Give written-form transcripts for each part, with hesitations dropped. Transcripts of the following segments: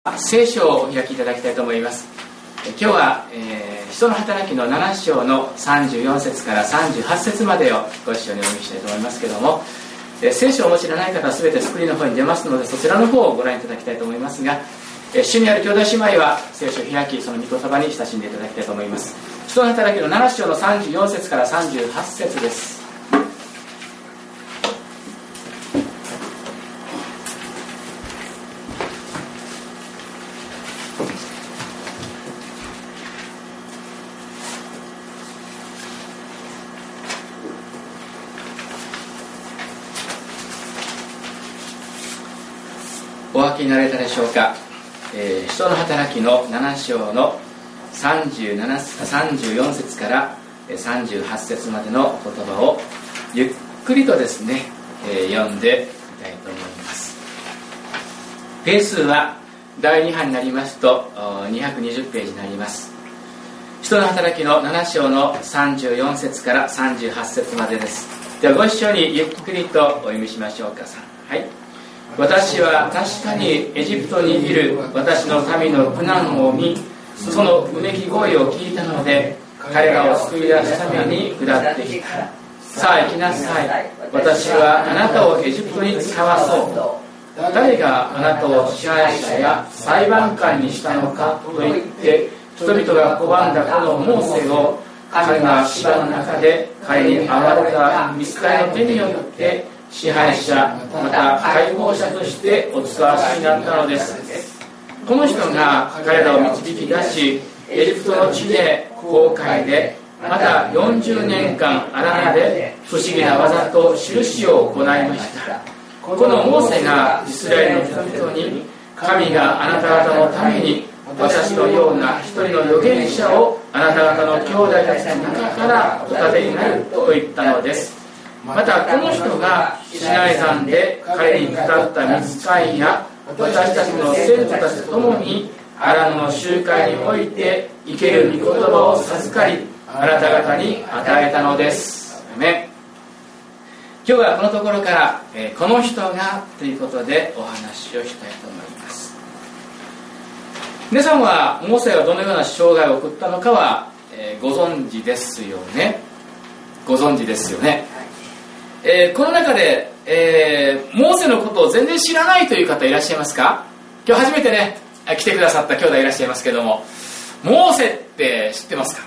聖書をお開きいただきたいと思います。今日は、人の働きの7章の34節から38節までをご一緒にお読みしたいと思いますけれども、聖書をお持ちのない方は全てスクリーンの方に出ますので、そちらの方をご覧いただきたいと思いますが、主にある兄弟姉妹は聖書を開き、その御言葉に親しんでいただきたいと思います。人の働きの7章の34節から38節です。お分けになられたでしょうか。人の働きの7章の34節から38節までの言葉をゆっくりとですね、読んでみたいと思います。ペー数は第2版になりますと220ページになります。人の働きの7章の34節から38節までです。ではご一緒にゆっくりとお読みしましょうか。はい。私は確かにエジプトにいる私の民の苦難を見、そのうめき声を聞いたので、彼らを救い出すために下ってきた。さあ行きなさい。私はあなたをエジプトに使わそう。誰があなたを支配者や裁判官にしたのかと言って、人々が拒んだこのモーセを、彼が芝の中で彼に会われた御使いの手によって支配者また解放者としてお使わしになったのです。この人が彼らを導き出し、エジプトの地で航海でまた40年間荒野で不思議な技と印を行いました。このモーセがイスラエルの人々に、神があなた方のために私のような一人の預言者をあなた方の兄弟たちの中からお立てになると言ったのです。またこの人がシナイ山で彼に語った御使いや私たちの先祖たちと共に荒野の集会において生ける御言葉を授かり、あなた方に与えたのです。アメン。今日はこのところから、この人がということでお話をしたいと思います。皆さんはモーセがどのような生涯を送ったのかは、ご存知ですよね。ご存知ですよね。この中で、モーセのことを全然知らないという方いらっしゃいますか？今日初めてね来てくださった兄弟いらっしゃいますけども、モーセって知ってますか？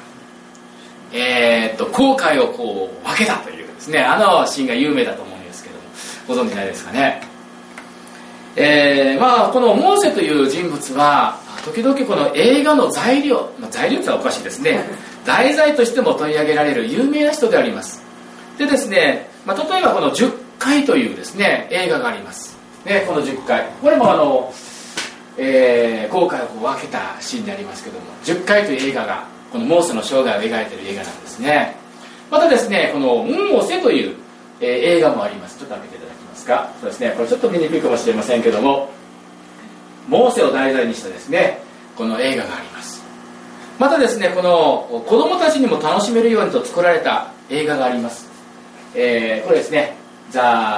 航海をこう分けたというですね、あのシーンが有名だと思うんですけども、ご存知ないですかね。このモーセという人物は時々この映画の材料ってのはおかしいですね題材としても取り上げられる有名な人であります。でですね、例えばこの10回というですね映画があります、ね、この10回、これも航海をこう分けたシーンでありますけども、10回という映画がこのモーセの生涯を描いている映画なんですね。またですね、このモーセという、映画もあります。ちょっと開けていただけますか。そうですね、これちょっと見にくいかもしれませんけども、モーセを題材にしたですねこの映画があります。またですね、この子供たちにも楽しめるようにと作られた映画があります。これですね、The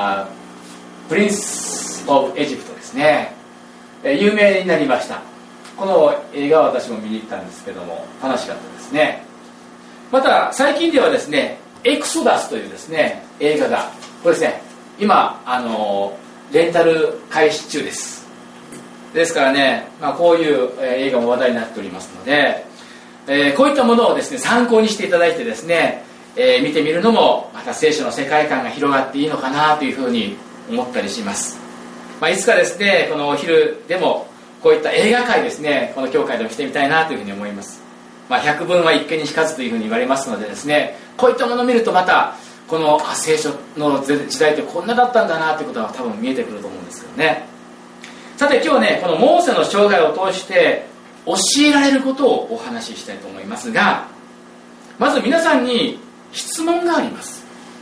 Prince of Egypt ですね、有名になりました。この映画は私も見に行ったんですけども楽しかったですね。また最近ではですね、エクソダスというですね映画が、これですね、今レンタル開始中です。ですからね、こういう映画も話題になっておりますので、こういったものをですね参考にしていただいてですね、見てみるのもまた聖書の世界観が広がっていいのかなというふうに思ったりします。いつかですね、このお昼でもこういった映画会ですね、この教会でも来てみたいなというふうに思います。百聞は一見にしかずというふうに言われますのでですね、こういったものを見るとまたこの聖書の時代ってこんなだったんだなということが多分見えてくると思うんですけどね。さて今日はね、このモーセの生涯を通して教えられることをお話ししたいと思いますが、まず皆さんに質問があります。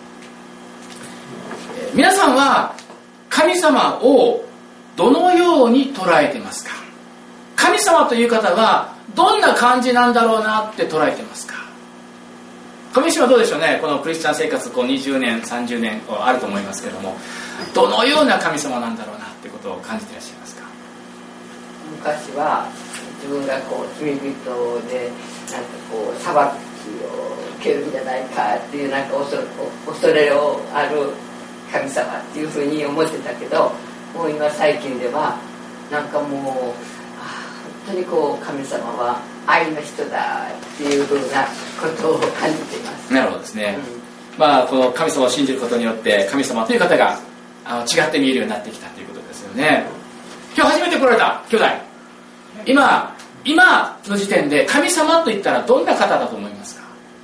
皆さんは神様をどのように捉えてますか？神様という方はどんな感じなんだろうなって捉えてますか？神様はどうでしょうね。このクリスチャン生活20年30年あると思いますけども、どのような神様なんだろうなってことを感じていらっしゃいますか？ 昔は自分がこう罪人でなんかこう裁きを受けるんじゃないかっていうなんか恐れをある神様っていうふうに思ってたけど、もう今最近ではなんかもう本当にこう神様は愛の人だっていうふうなことを感じています。 なるほどですね、この神様を信じることによって神様という方が違って見えるようになってきたということですよね。今日初めて来られた兄弟、今の時点で神様と言ったらどんな方だと思いますか？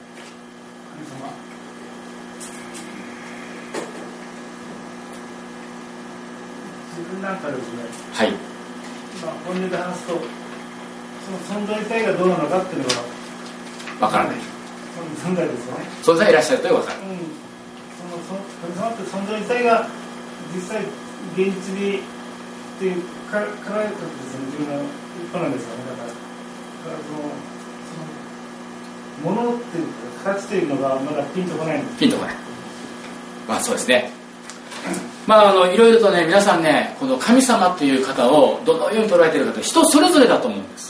自分なんかですね、 はい、 本音で話すとその存在体がどうなのかっていうのがわからない。 存在ですよね。 存在いらっしゃるというわからない。 神様って存在体が実際現実にっていうからですね、自分の一般なんですよね。だからそのものっていう形というのがまだピンとこないんです。 ピンとこない。そうですね。いろいろとね、皆さんね、この神様という方をどのように捉えているかと、人それぞれだと思うんです。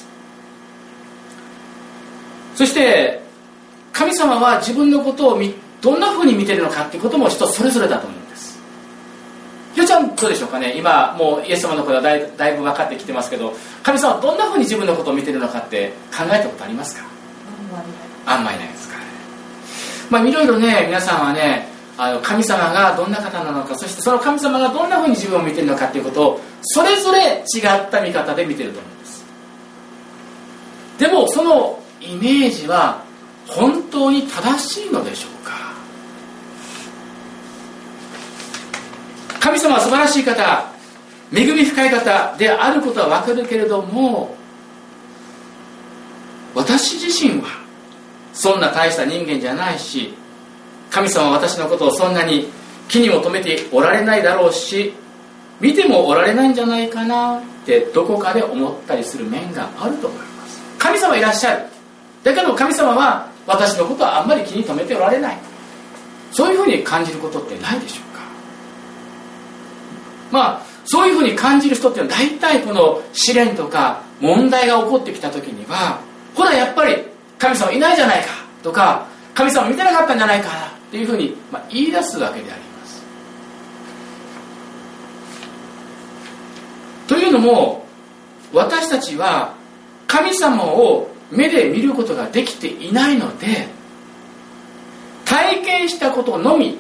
そして神様は自分のことをどんな風に見ているのかということも人それぞれだと思うんです。ひよちゃんどうでしょうかね。今もうイエス様のことはだいぶ分かってきてますけど、神様はどんな風に自分のことを見ているのかって考えたことありますか？あんまりないですからね。いろいろね、皆さんはね、神様がどんな方なのか、そしてその神様がどんな風に自分を見ているのかということをそれぞれ違った見方で見ていると思うんです。でもそのイメージは本当に正しいのでしょうか？神様は素晴らしい方、恵み深い方であることは分かるけれども、私自身はそんな大した人間じゃないし、神様は私のことをそんなに気にも留めておられないだろうし、見てもおられないんじゃないかなってどこかで思ったりする面があると思います。神様いらっしゃる。だけど神様は私のことはあんまり気に留めておられない。そういうふうに感じることってないでしょうか？そういうふうに感じる人っていうのは大体この試練とか問題が起こってきた時には、ほらやっぱり神様いないじゃないかとか、神様見てなかったんじゃないかっていうふうに言い出すわけであります。というのも、私たちは神様を目で見ることができていないので、体験したことのみ、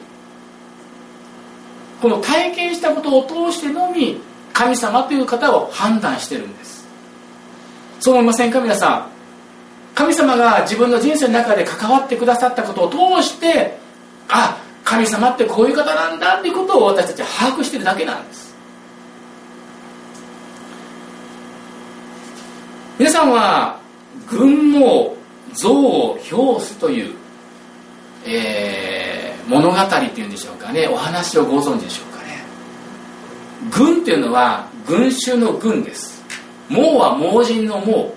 この体験したことを通してのみ神様という方を判断しているんです。そう思いませんか皆さん？神様が自分の人生の中で関わってくださったことを通して、神様ってこういう方なんだっていうことを私たちは把握しているだけなんです。皆さんは軍網像を表すという、物語っていうんでしょうかね、お話をご存知でしょうかね。軍っていうのは群衆の軍です。網は盲人の網。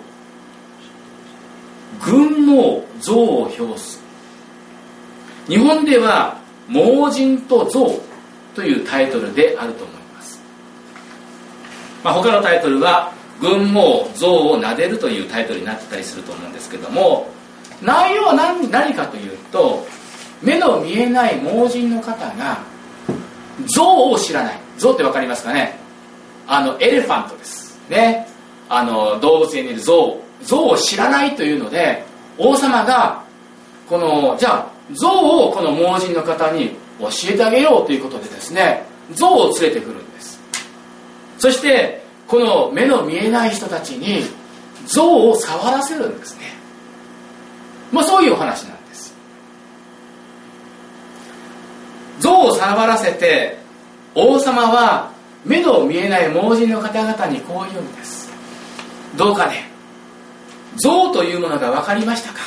軍網像を表す。日本では盲人と像というタイトルであると思います。他のタイトルは軍網像を撫でるというタイトルになってたりすると思うんですけども、内容は何かというと、目の見えない盲人の方が像を知らない。像って分かりますかね？エレファントですね。動物園にいる像を知らないというので、王様がじゃあ像をこの盲人の方に教えてあげようということでですね、像を連れてくるんです。そしてこの目の見えない人たちに像を触らせるんですね。そういうお話なんです。像を触らせて、王様は目の見えない盲人の方々にこう言うんです。どうかね、像というものが分かりましたか？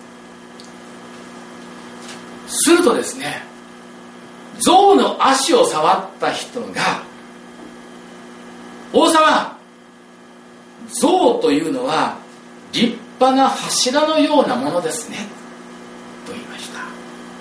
するとですね、象の足を触った人が、王様、象というのは立派な柱のようなものですねと言いました。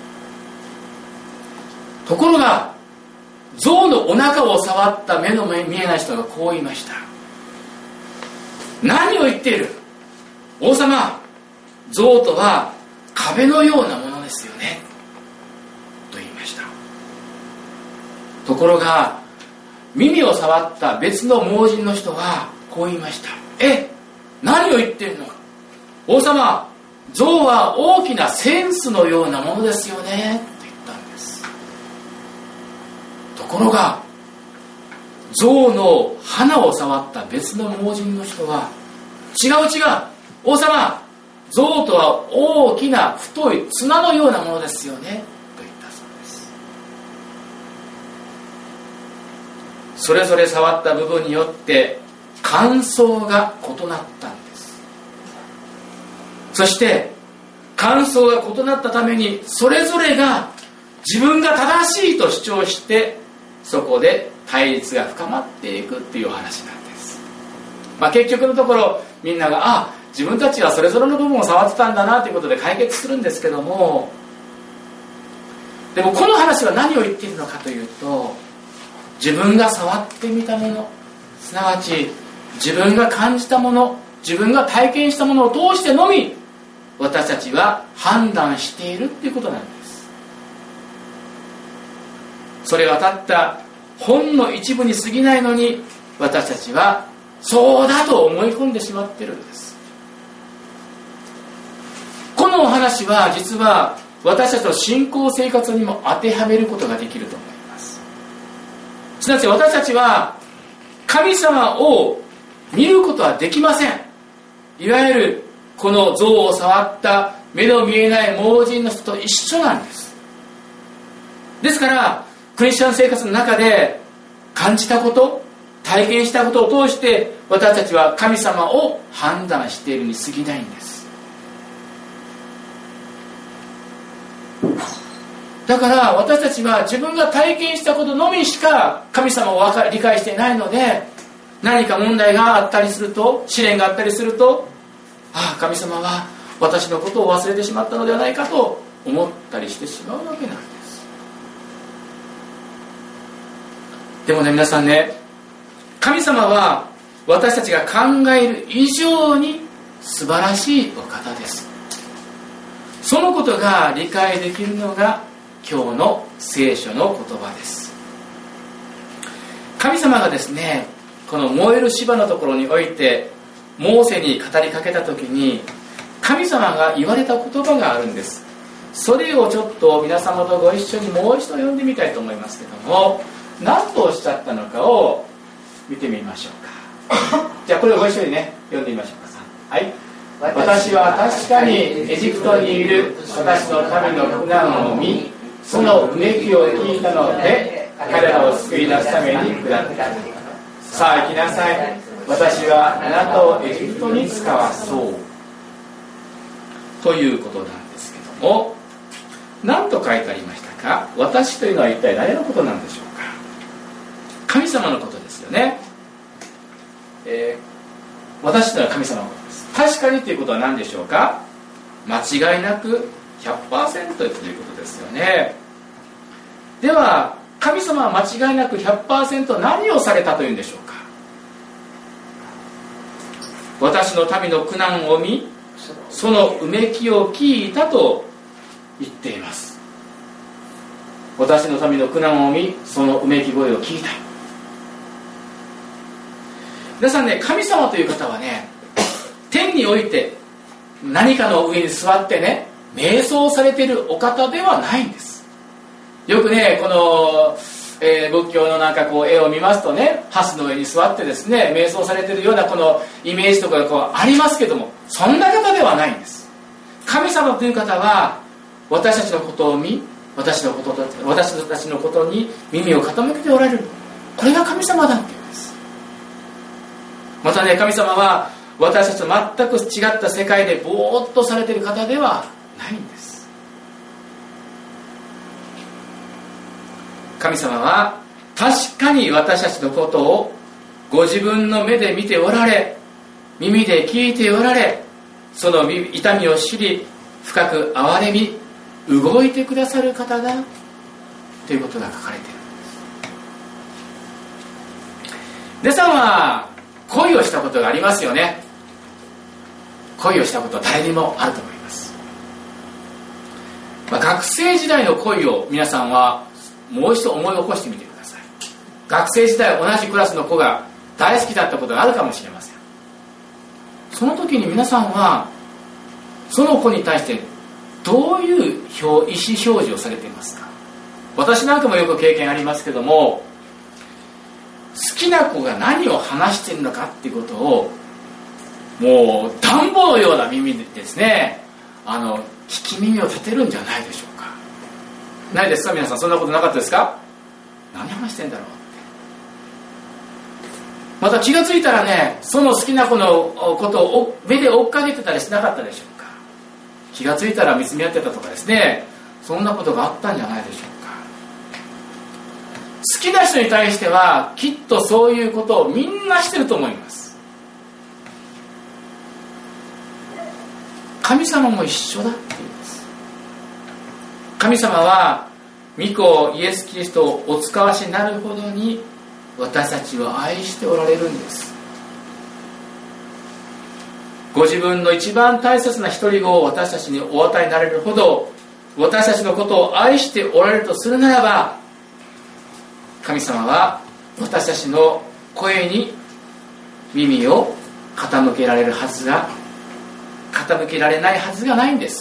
ところが象のお腹を触った目の見えない人がこう言いました。 何を言っている？王様、象とは壁のようなものですよねと言いました。ところが耳を触った別の盲人の人はこう言いました。何を言っているのか。王様、象は大きなセンスのようなものですよねと言ったんです。ところが象の鼻を触った別の盲人の人は、違う王様、象とは大きな太い綱のようなものですよねと言ったそうです。それぞれ触った部分によって感想が異なったんです。そして感想が異なったために、それぞれが自分が正しいと主張して、そこで対立が深まっていくっていう話なんです。結局のところ、みんなが自分たちはそれぞれの部分を触ってたんだなということで解決するんですけども、でもこの話は何を言っているのかというと、自分が触ってみたもの、すなわち自分が感じたもの、自分が体験したものを通してのみ私たちは判断しているということなんです。それはたったほんの一部に過ぎないのに、私たちはそうだと思い込んでしまっているんです。このお話は実は私たちの信仰生活にも当てはめることができると思います。すなわち私たちは神様を見ることはできません。いわゆるこの像を触った目の見えない盲人の人と一緒なんです。ですからクリスチャン生活の中で感じたこと、体験したことを通して私たちは神様を判断しているに過ぎないんです。だから私たちは自分が体験したことのみしか神様を理解していないので、何か問題があったりすると、試練があったりすると、神様は私のことを忘れてしまったのではないかと思ったりしてしまうわけなんです。でもね、皆さんね、神様は私たちが考える以上に素晴らしいお方です。そのことが理解できるのが今日の聖書の言葉です。神様がですね、この燃える芝のところにおいてモーセに語りかけた時に、神様が言われた言葉があるんです。それをちょっと皆様とご一緒にもう一度読んでみたいと思いますけども、何とおっしゃったのかを見てみましょうか。じゃあこれをご一緒にね、読んでみましょうか。はい。私は確かにエジプトにいる私の民の苦難を見、そのうめきを聞いたので彼らを救い出すために下った。さあ行きなさい、私はあなたをエジプトに使わそうということなんですけども、何と書いてありましたか。私というのは一体誰のことなんでしょうか。神様のことですよね。私というのは神様のことです。確かにということは何でしょうか。間違いなく 100% ということですよね。では神様は間違いなく 100% 何をされたというんでしょうか。私の民の苦難を見、そのうめきを聞いたと言っています。私の民の苦難を見、そのうめき声を聞いた。皆さんね、神様という方はね、天において何かの上に座ってね、瞑想されているお方ではないんです。よくね、この、仏教のなんかこう絵を見ますとね、蓮の上に座ってですね、瞑想されているようなこのイメージとかがこうありますけども、そんな方ではないんです。神様という方は私たちのことを見、私たちのことに耳を傾けておられる。これが神様だっていうんです。またね、神様は私たちと全く違った世界でぼーっとされている方ではないんです。神様は確かに私たちのことをご自分の目で見ておられ、耳で聞いておられ、その痛みを知り深く憐れみ動いてくださる方だということが書かれているんです。皆さんは恋をしたことがありますよね。 恋をしたことは誰にもあると思います。学生時代の恋を皆さんはもう一度思い起こしてみてください。学生時代同じクラスの子が大好きだったことがあるかもしれません。その時に皆さんはその子に対してどういう意思表示をされていますか？私なんかもよく経験ありますけども、好きな子が何を話しているのかっていうことをもう暖房のような耳でですね、聞き耳を立てるんじゃないでしょうか。ないですか皆さん？そんなことなかったですか？何話してんだろうって。また気がついたらね、その好きな子のことを目で追っかけてたりしなかったでしょうか。気がついたら見つめ合ってたとかですね、そんなことがあったんじゃないでしょうか。好きな人に対してはきっとそういうことをみんなしてると思います。神様も一緒だって言うんです。神様は御子イエス・キリストをお使わしになるほどに私たちを愛しておられるんです。ご自分の一番大切な一人子を私たちにお与えになれるほど私たちのことを愛しておられるとするならば、神様は私たちの声に耳を傾けられるはずが傾けられないはずがないんです。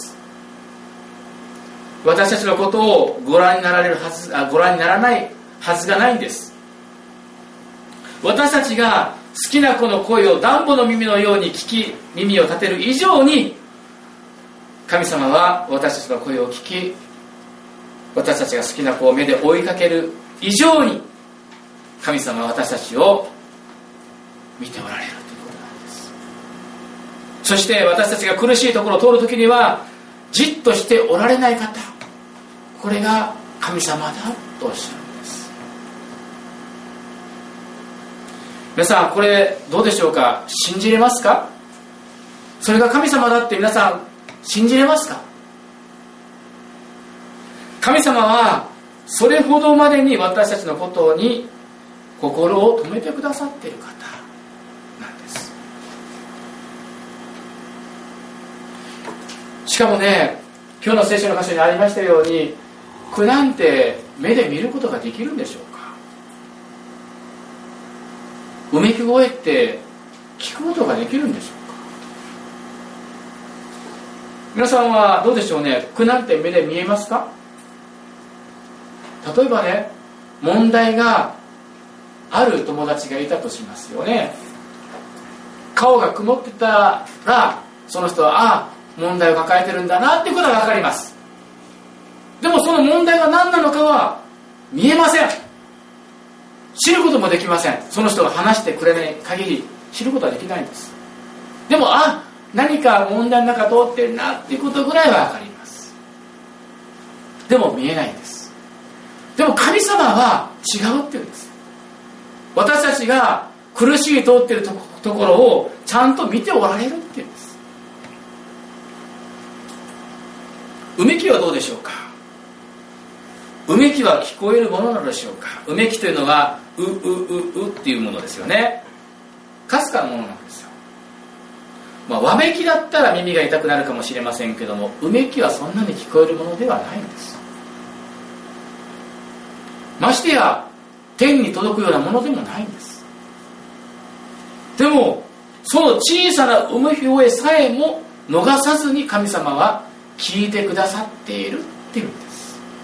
私たちのことをご覧にならないはずがないんです。私たちが好きな子の声を暖房の耳のように聞き耳を立てる以上に、神様は私たちの声を聞き、私たちが好きな子を目で追いかける以上に神様は私たちを見ておられるということなんです。そして私たちが苦しいところを通るときにはじっとしておられない方、これが神様だとおっしゃるんです。皆さんこれどうでしょうか？信じれますか？それが神様だって皆さん信じれますか？神様はそれほどまでに私たちのことに心を止めてくださっている方なんです。しかもね、今日の聖書の箇所にありましたように、苦なんて目で見ることができるんでしょうか？うめき声って聞くことができるんでしょうか？皆さんはどうでしょうね。苦なんて目で見えますか？例えばね、問題がある友達がいたとしますよね。顔が曇ってたらその人は問題を抱えてるんだなっていうことが分かります。でもその問題が何なのかは見えません。知ることもできません。その人が話してくれない限り知ることはできないんです。でも何か問題の中通ってるなっていうことぐらいは分かります。でも見えないんです。でも神様は違うって言うんです。私たちが苦しい通っているところをちゃんと見ておられるって言うんです。うめきはどうでしょうか？うめきは聞こえるものなのでしょうか？うめきというのはうっていうものですよね。かすかなものなんですよ。わめきだったら耳が痛くなるかもしれませんけども、うめきはそんなに聞こえるものではないんです。ましてや天に届くようなものでもないんです。でもその小さなうめき声さえも逃さずに神様は聞いてくださっているっていうんです。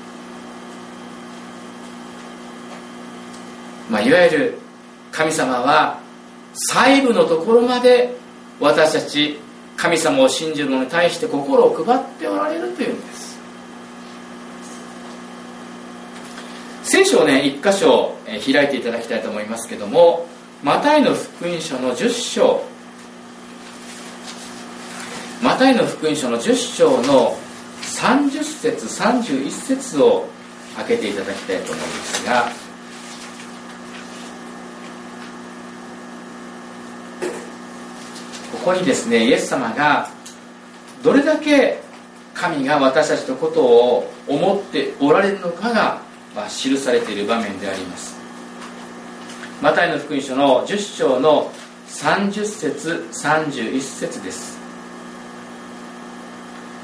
いわゆる神様は細部のところまで私たち神様を信じる者に対して心を配っておられるというんです。聖書をね、一箇所開いていただきたいと思いますけども、マタイの福音書の10章、マタイの福音書の10章の30節31節を開けていただきたいと思いますが、ここにですね、イエス様がどれだけ神が私たちのことを思っておられるのかが記されている場面であります。マタイの福音書の10章の30節31節です。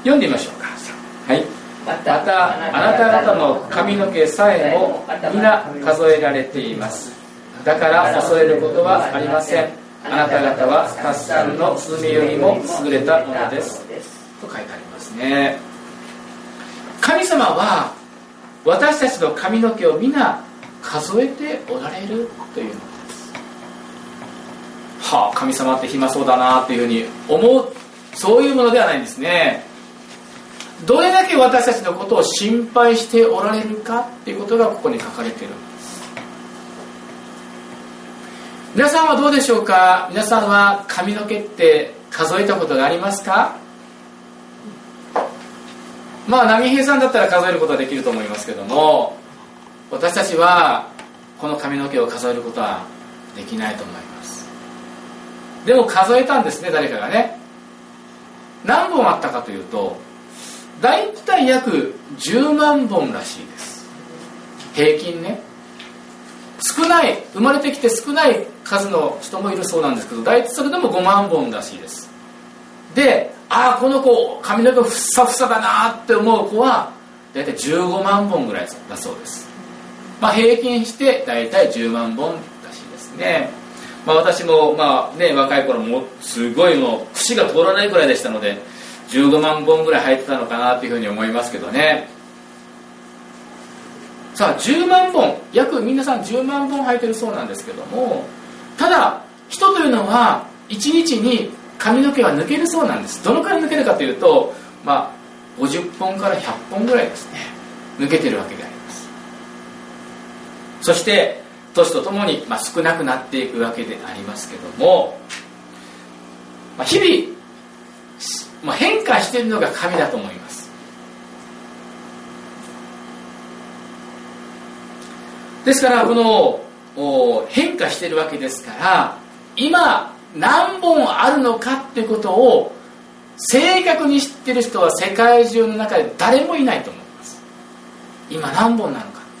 読んでみましょうか。はい。またあなた方の髪の毛さえも皆数えられています。だから恐れることはありません。あなた方はたくさんのスズメよりも優れたものですと書いてありますね。神様は私たちの髪の毛を皆数えておられるというのです。はあ、神様って暇そうだなというふうに思う、そういうものではないんですね。どれだけ私たちのことを心配しておられるかということがここに書かれているんです。皆さんはどうでしょうか。皆さんは髪の毛って数えたことがありますか。まあ波平さんだったら数えることはできると思いますけども、私たちはこの髪の毛を数えることはできないと思います。でも数えたんですね、誰かがね。何本あったかというと、だいたい約10万本らしいです。平均ね。少ない、生まれてきて少ない数の人もいるそうなんですけど、大体それでも5万本らしいです。で、ああこの子髪の毛ふさふさだなって思う子は大体15万本ぐらいだそうです。まあ平均して大体10万本らしいですね。まあ私もまあね、若い頃もすごいもう節が通らないぐらいでしたので、15万本ぐらい生えてたのかなというふうに思いますけどね。さあ10万本、約皆さん10万本生えてるそうなんですけども、ただ人というのは1日に髪の毛は抜けるそうなんです。どのくらい抜けるかというと、まあ50本から100本ぐらいですね、抜けてるわけであります。そして年とともに少なくなっていくわけでありますけども、日々変化しているのが髪だと思います。ですからこの変化しているわけですから、今何本あるのかっていうことを正確に知っている人は世界中の中で誰もいないと思います。今何本なのか。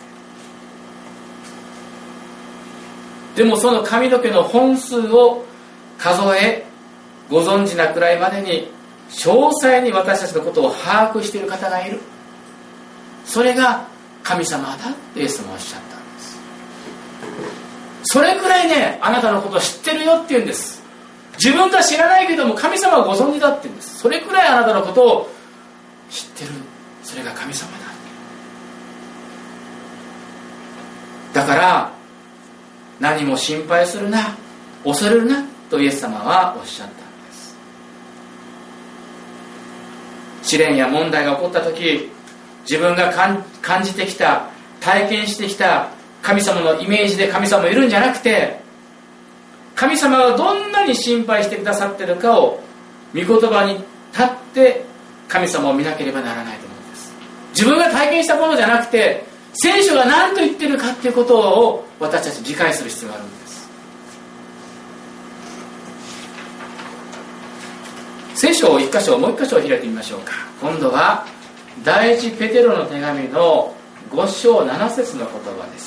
でもその髪の毛の本数を数えご存知なくらいまでに詳細に私たちのことを把握している方がいる。それが神様だってイエスもおっしゃったんです。それくらいね、あなたのことを知ってるよって言うんです。自分とは知らないけども神様はご存知だって言うんです。それくらいあなたのことを知ってる。それが神様だ。だから何も心配するな、恐れるなとイエス様はおっしゃったんです。試練や問題が起こった時、自分が感じてきた、体験してきた神様のイメージで神様いるんじゃなくて、神様がどんなに心配してくださっているかを御言葉に立って神様を見なければならないと思うんです。自分が体験したものじゃなくて、聖書が何と言っているかということを私たち理解する必要があるんです。聖書を一箇所、もう一箇所を開いてみましょうか。今度は第一ペテロの手紙の5章7節の言葉です。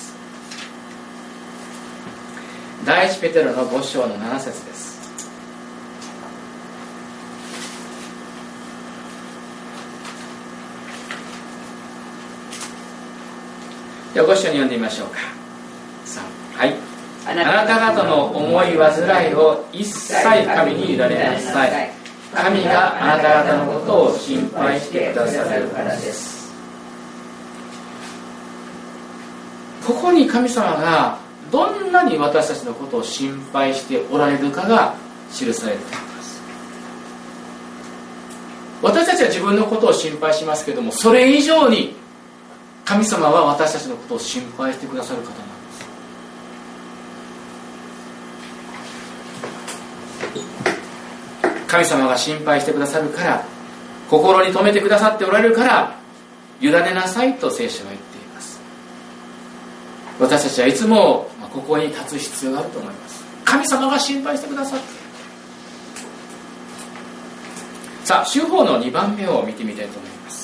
第一ペテロの5章の7節です。ではご一緒に読んでみましょうか。はい。あなた方の思い煩いを一切神に委ねなさい。神があなた方のことを心配してくださるからです。ここに神様がどんなに私たちのことを心配しておられるかが記されています。私たちは自分のことを心配しますけれども、それ以上に神様は私たちのことを心配してくださる方なんです。神様が心配してくださるから、心に留めてくださっておられるから、委ねなさいと聖書は言っています。私たちはいつもここに立つ必要があると思います。神様が心配してくださっている。さあ、修法の2番目を見てみたいと思います。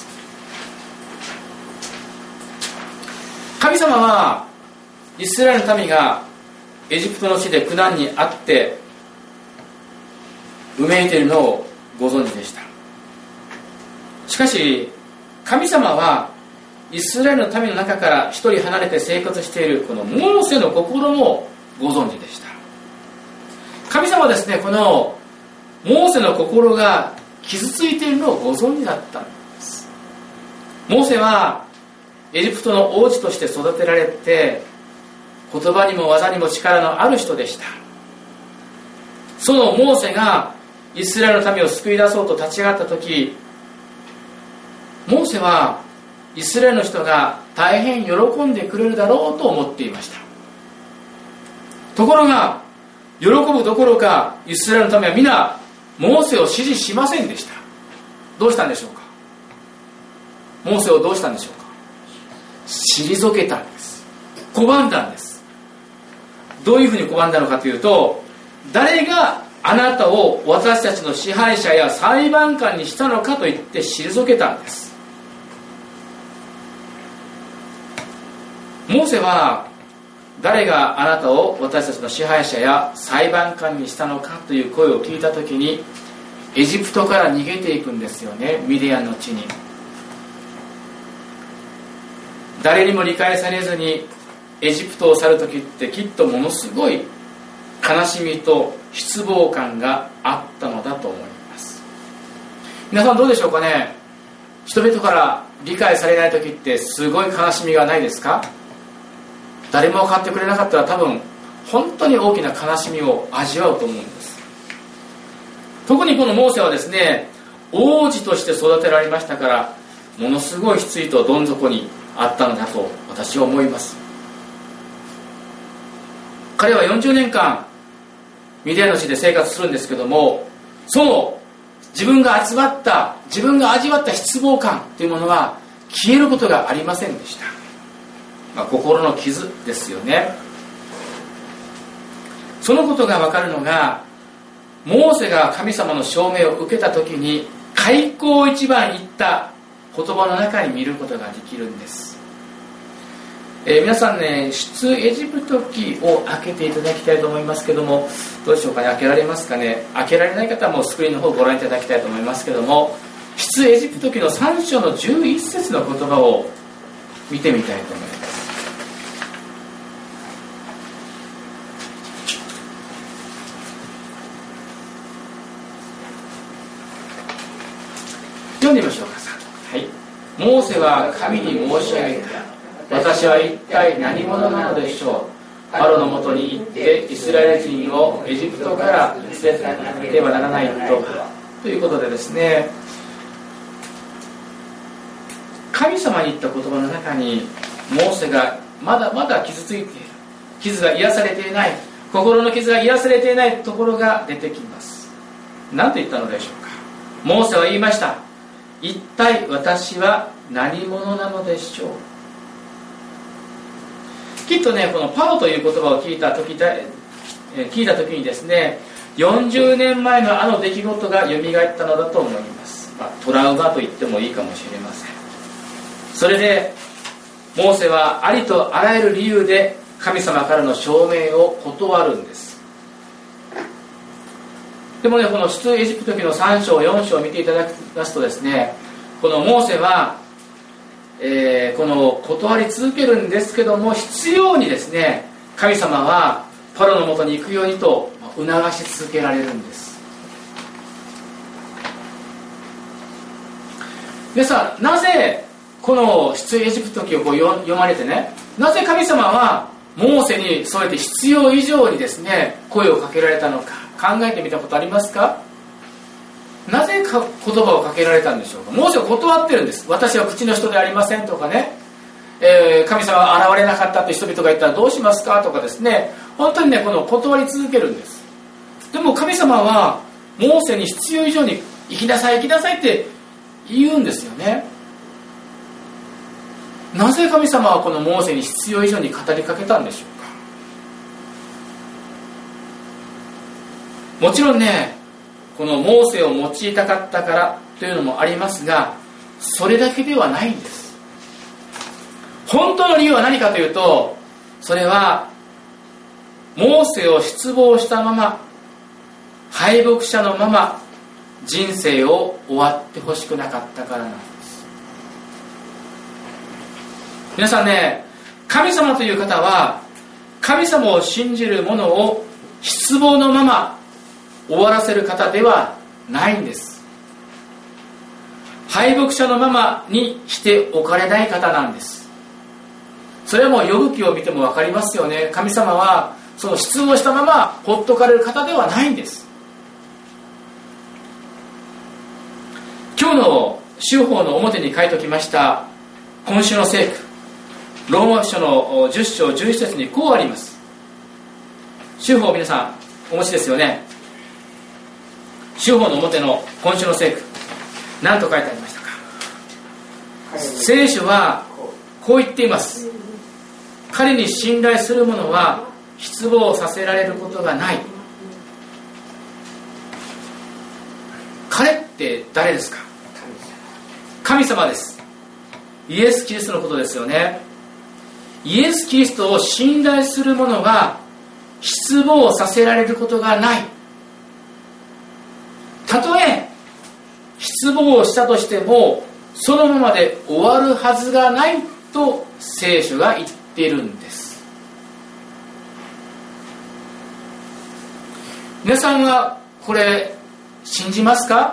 神様はイスラエルの民がエジプトの地で苦難にあってうめいているのをご存知でした。 かし神様はイスラエルの民の中から一人離れて生活しているこのモーセの心もご存知でした。神様はですね、このモーセの心が傷ついているのをご存知だったんです。モーセはエジプトの王子として育てられて、言葉にも技にも力のある人でした。そのモーセがイスラエルの民を救い出そうと立ち上がった時、モーセはイスラエルの人が大変喜んでくれるだろうと思っていました。ところが喜ぶどころか、イスラエルの民は皆モーセを支持しませんでした。どうしたんでしょうか。モーセをどうしたんでしょうか。退けたんです。拒んだんです。どういうふうに拒んだのかというと、誰があなたを私たちの支配者や裁判官にしたのかと言って退けたんです。モーセは誰があなたを私たちの支配者や裁判官にしたのかという声を聞いたときに、エジプトから逃げていくんですよね。ミディアンの地に。誰にも理解されずにエジプトを去るときってきっとものすごい悲しみと失望感があったのだと思います。皆さんどうでしょうかね。人々から理解されないときってすごい悲しみがないですか。誰も分かってくれなかったら多分本当に大きな悲しみを味わうと思うんです。特にこのモーセはですね、王子として育てられましたから、ものすごい失意とどん底にあったのだと私は思います。彼は40年間ミディアンの地で生活するんですけども、その自分が味わった失望感というものは消えることがありませんでした。心の傷ですよね。そのことが分かるのが、モーセが神様の証明を受けた時に開口一番言った言葉の中に見ることができるんです。皆さんね、出エジプト記を開けていただきたいと思いますけども、どうでしょうかね。開けられますかね。開けられない方はもうスクリーンの方をご覧いただきたいと思いますけども、出エジプト記の3章の11節の言葉を見てみたいと思います。読んでみましょうか。はい。モーセは神に申し上げた。私は一体何者なのでしょう。パロのもとに行ってイスラエル人をエジプトから連れてなければならないということでですね、神様に言った言葉の中にモーセがまだまだ傷ついている、傷が癒されていない、心の傷が癒されていないところが出てきます。何と言ったのでしょうか。モーセは言いました。一体私は何者なのでしょう。きっとね、このパロという言葉を聞いた時にですね、40年前のあの出来事が蘇ったのだと思います。トラウマと言ってもいいかもしれません。それでモーセはありとあらゆる理由で神様からの証明を断るんです。でもね、この出エジプト記の3章4章を見ていただきますとですね、このモーセはこの断り続けるんですけども、必要にですね、神様はパロのもとに行くようにと促し続けられるんです。皆さん、なぜこの出エジプト記を読まれてね、なぜ神様はモーセにそうやって必要以上にですね、声をかけられたのか考えてみたことありますか？なぜ言葉をかけられたんでしょうか。モーセは断ってるんです。私は口の人でありませんとかね、神様は現れなかったという人々が言ったらどうしますかとかですね、本当にね、この断り続けるんです。でも神様はモーセに必要以上に行きなさい行きなさいって言うんですよね。なぜ神様はこのモーセに必要以上に語りかけたんでしょうか。もちろんね、このモーセを用いたかったからというのもありますが、それだけではないんです。本当の理由は何かというと、それはモーセを失望したまま、敗北者のまま人生を終わってほしくなかったからなんです。 皆さんね、神様という方は神様を信じる者を失望のまま終わらせる方ではないんです。敗北者のままにしておかれない方なんです。それはもう呼ぶ記を見ても分かりますよね。神様はその失望したままほっとかれる方ではないんです。今日の修法の表に書いておきました今週の聖句、ローマ書の10章11節にこうあります。修法、皆さんお持ちですよね。修法の表の今週の聖句、何と書いてありましたか。聖書はこう言っています。彼に信頼する者は失望させられることがない。彼って誰ですか。神様です。イエス・キリストのことですよね。イエス・キリストを信頼する者は失望させられることがない。たとえ失望したとしてもそのままで終わるはずがないと聖書が言っているんです。皆さんはこれ信じますか。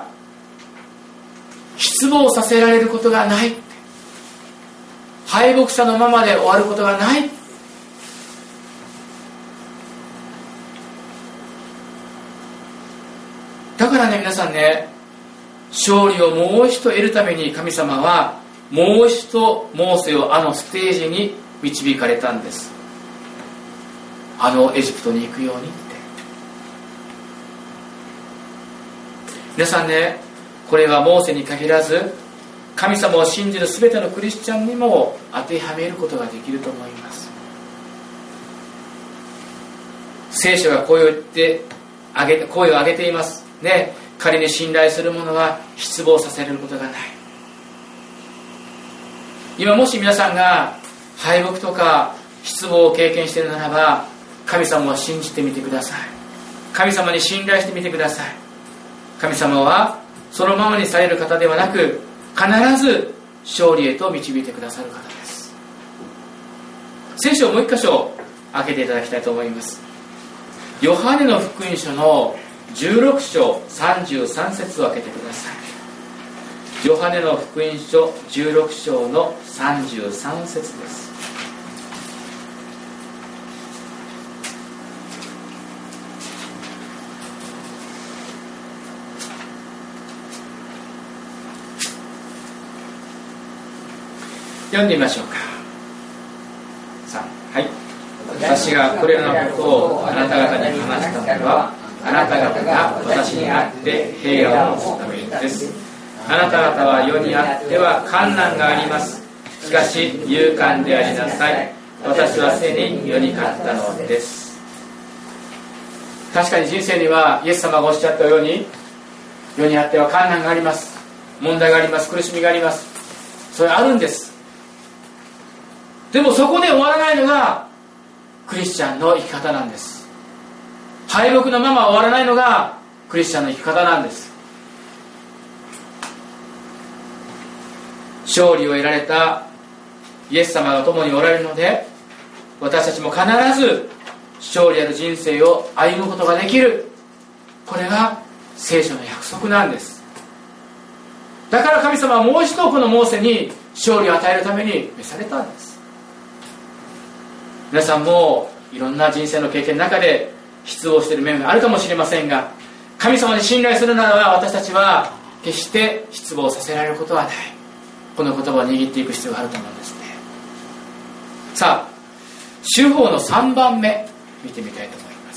失望させられることがない、敗北者のままで終わることがない。だからね、皆さんね、勝利をもう一度得るために神様はもう一度モーセをあのステージに導かれたんです。あのエジプトに行くようにって。皆さんね、これはモーセに限らず神様を信じる全てのクリスチャンにも当てはめることができると思います。聖書が声を上げていますね。彼に信頼する者は失望させることがない。今もし皆さんが敗北とか失望を経験しているならば、神様を信じてみてください。神様に信頼してみてください。神様はそのままにされる方ではなく、必ず勝利へと導いてくださる方です。聖書をもう一箇所開けていただきたいと思います。ヨハネの福音書の16章33節を開けてください。ヨハネの福音書16章の33節です。読んでみましょうか。はい。私がこれらのことをあなた方に話したのは、あなた方が私にあって平和を持つためです。あなた方は世にあっては困難があります。しかし勇敢でありなさい。私はすでに世に勝ったのです。確かに人生にはイエス様がおっしゃったように、世にあっては困難があります。問題があります。苦しみがあります。それあるんです。でもそこで終わらないのがクリスチャンの生き方なんです。敗北のまま終わらないのがクリスチャンの生き方なんです。勝利を得られたイエス様が共におられるので、私たちも必ず勝利ある人生を歩むことができる。これが聖書の約束なんです。だから神様はもう一度このモーセに勝利を与えるために召されたんです。皆さんもいろんな人生の経験の中で失望している面があるかもしれませんが、神様に信頼するならば私たちは決して失望させられることはない。この言葉を握っていく必要があると思うんですね。さあ、修法の3番目見てみたいと思います。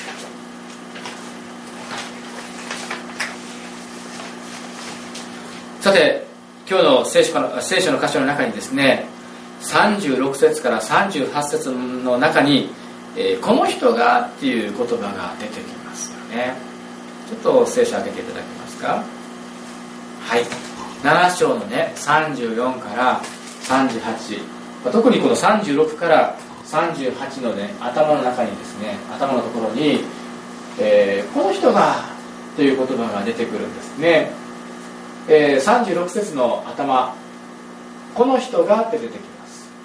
さて、今日の聖書の箇所の中にですね、36節から38節の中に、この人がっていう言葉が出てきますよね。ちょっと聖書を開けていただけますか。はい、7章のね34から38、特にこの36から38のね頭の中にですね、頭のところに、この人がという言葉が出てくるんですね。36節の頭、この人がって出てきます。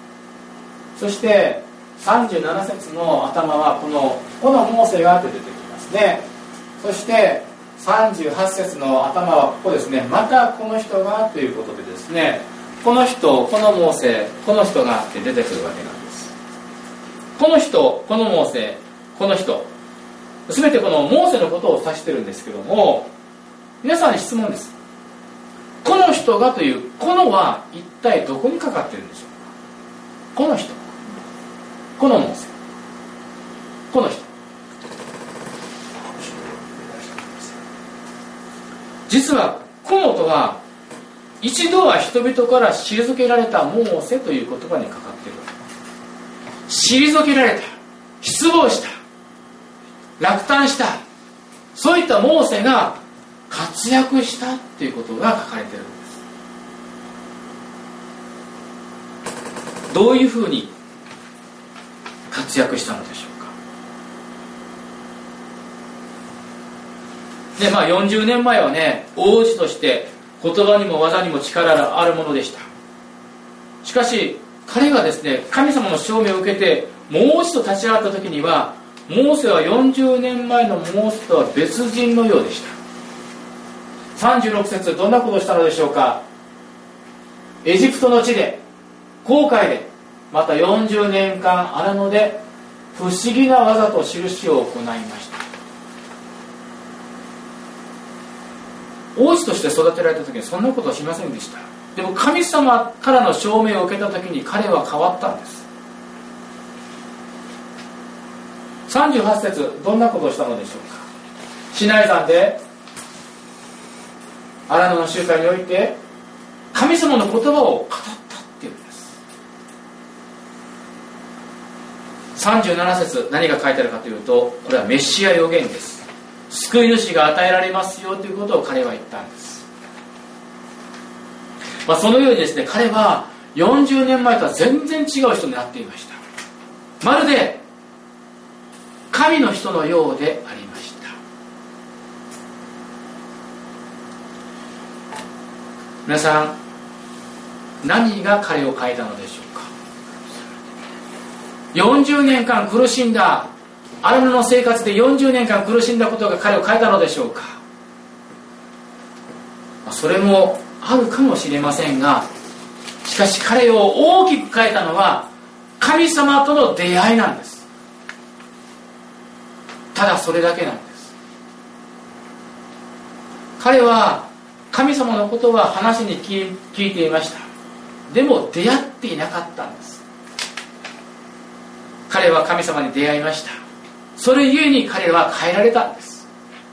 そして37節の頭はこのモーセがって出てきますね。そして38節の頭はここですね、またこの人がということでですね、この人、このモーセ、この人がって出てくるわけなんです。この人、このモーセ、この人、全てこのモーセのことを指してるんですけども、皆さんに質問です。この人がというこのは一体どこにかかっているんでしょうか。この人、このモーセ、この人。実はこのとは一度は人々から退けられたモーセという言葉にかかっているわけ。退けられた、失望した、落胆した、そういったモーセが活躍したということが書かれているんです。どういうふうに活躍したのでしょうか。で、40年前はね、王子として言葉にも技にも力があるものでした。しかし彼がですね、神様の証明を受けてもう一度立ち上がった時には、モーセは40年前のモーセとは別人のようでした。36節、どんなことをしたのでしょうか。エジプトの地で、紅海で、また40年間荒野で不思議な技と印を行いました。王子として育てられた時にそんなことはしませんでした。でも神様からの証明を受けた時に彼は変わったんです。38節、どんなことをしたのでしょうか。シナイ山で荒野の集会において神様の言葉を語ったっていうんです。37節、何が書いてあるかというと、これはメシア預言です。救い主が与えられますよということを彼は言ったんです。そのようにですね、彼は40年前とは全然違う人になっていました。まるで神の人のようでありました。皆さん、何が彼を変えたのでしょうか。40年間苦しんだ、荒野の生活で40年間苦しんだことが彼を変えたのでしょうか。それもあるかもしれませんが、しかし彼を大きく変えたのは神様との出会いなんです。ただそれだけなんです。彼は神様のことは話に聞いていました。でも出会っていなかったんです。彼は神様に出会いました。それゆえに彼は変えられたんです。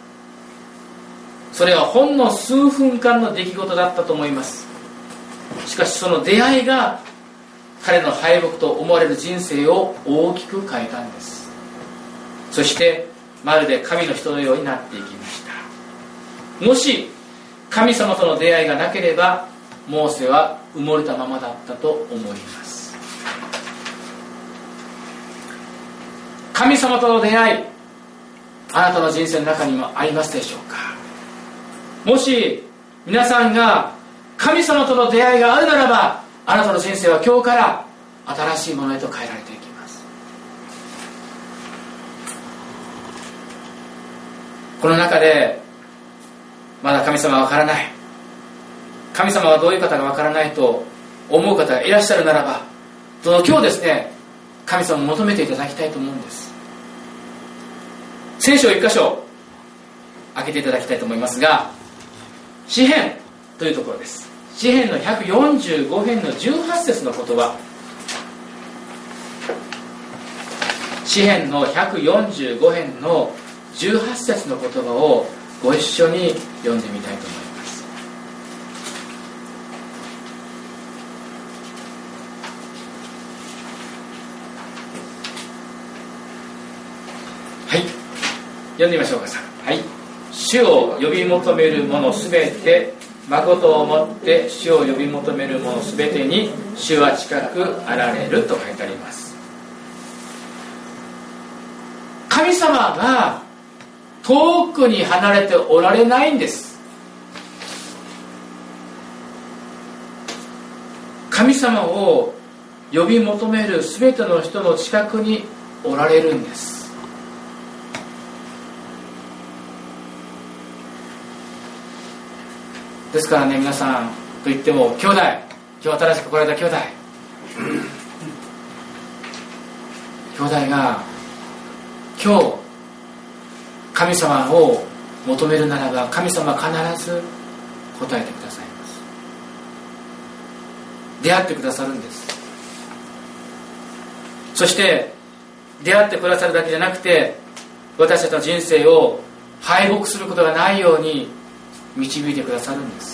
それはほんの数分間の出来事だったと思います。しかしその出会いが彼の敗北と思われる人生を大きく変えたんです。そしてまるで神の人のようになっていきました。もし神様との出会いがなければ、モーセは埋もれたままだったと思います。神様との出会い、あなたの人生の中にもありますでしょうか。もし皆さんが神様との出会いがあるならば、あなたの人生は今日から新しいものへと変えられていきます。この中でまだ神様はわからない、神様はどういう方がわからないと思う方がいらっしゃるならば、今日ですね、神様を求めていただきたいと思うんです。聖書を一箇所開けていただきたいと思いますが、詩編というところです。詩編の145編の18節の言葉、詩編の145編の18節の言葉をご一緒に読んでみたいと思います。はい、読んでみましょうか。はい。主を呼び求める者すべて、誠をもって主を呼び求める者すべてに主は近くあられると書いてあります。神様が遠くに離れておられないんです。神様を呼び求める全ての人の近くにおられるんです。ですからね、皆さんといっても兄弟、今日新しく来られた兄弟兄弟が今日神様を求めるならば、神様は必ず答えてくださいます。出会ってくださるんです。そして出会ってくださるだけじゃなくて、私たちの人生を敗北することがないように導いてくださるんです。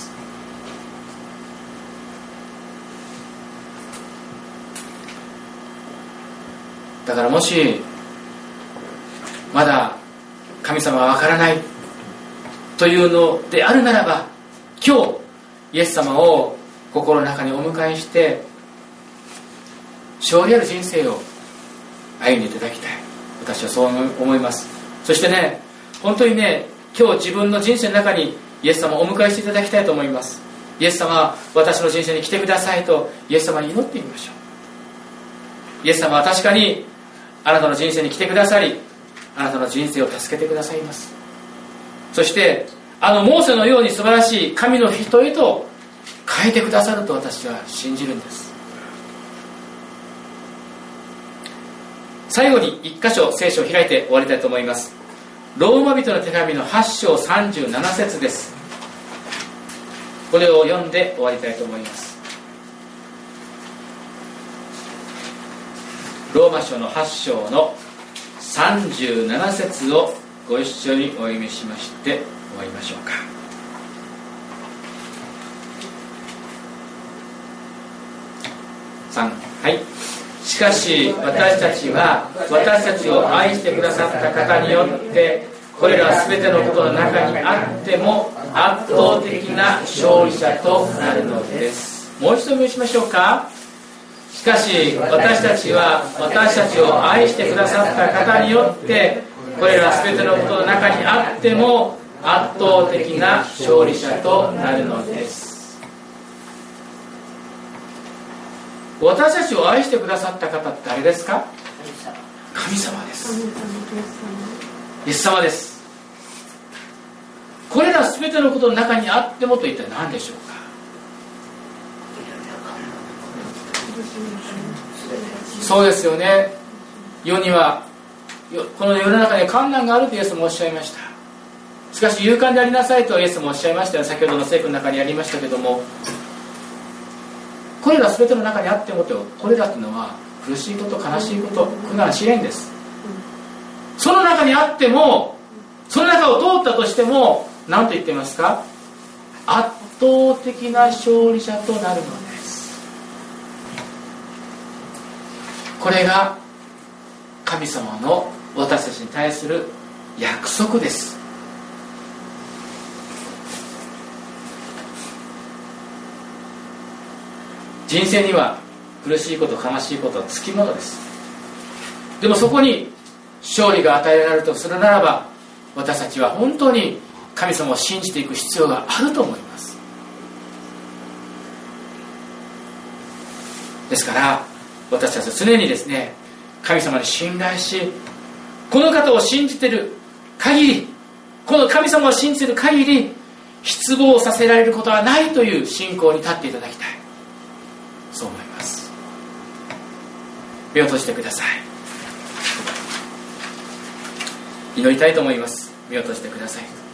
だからもしまだ神様はわからないというのであるならば、今日イエス様を心の中にお迎えして勝利ある人生を歩んでいただきたい。私はそう思います。そしてね、本当にね、今日自分の人生の中にイエス様をお迎えしていただきたいと思います。イエス様、私の人生に来てくださいとイエス様に祈ってみましょう。イエス様は確かにあなたの人生に来てくださり、あなたの人生を助けてくださいます。そしてモーセのように素晴らしい神の人へと変えてくださると私は信じるんです。最後に一箇所聖書を開いて終わりたいと思います。ローマ人の手紙の8章37節です。これを読んで終わりたいと思います。ローマ書の8章の37節をご一緒にお読みしまして終わりましょうか。3、はい。しかし私たちは私たちを愛してくださった方によってこれら全てのことの中にあっても圧倒的な勝利者となるのです。もう一度読みしましょうか。しかし私たちは私たちを愛してくださった方によってこれら全てのことの中にあっても圧倒的な勝利者となるのです。私たちを愛してくださった方って誰ですか？神様です。イエス様です。これら全てのことの中にあってもと一体何でしょうか？そうですよね。世にはこの世の中に困難があるとイエスもおっしゃいました。しかし勇敢でありなさいとイエスもおっしゃいましたよ。先ほどの聖句の中にありましたけども、これら全ての中にあってもと、これらというのは苦しいこと、悲しいこと、苦難試練です。その中にあっても、その中を通ったとしても何と言っていますか？圧倒的な勝利者となるのです。これが神様の私たちに対する約束です。人生には苦しいこと、悲しいことはつきものです。でもそこに勝利が与えられるとするならば、私たちは本当に神様を信じていく必要があると思います。ですから私たちは常にですね、神様に信頼し、この方を信じている限り、この神様を信じている限り失望させられることはないという信仰に立っていただきたい、そう思います。目を閉じてください。祈りたいと思います。目を閉じてください。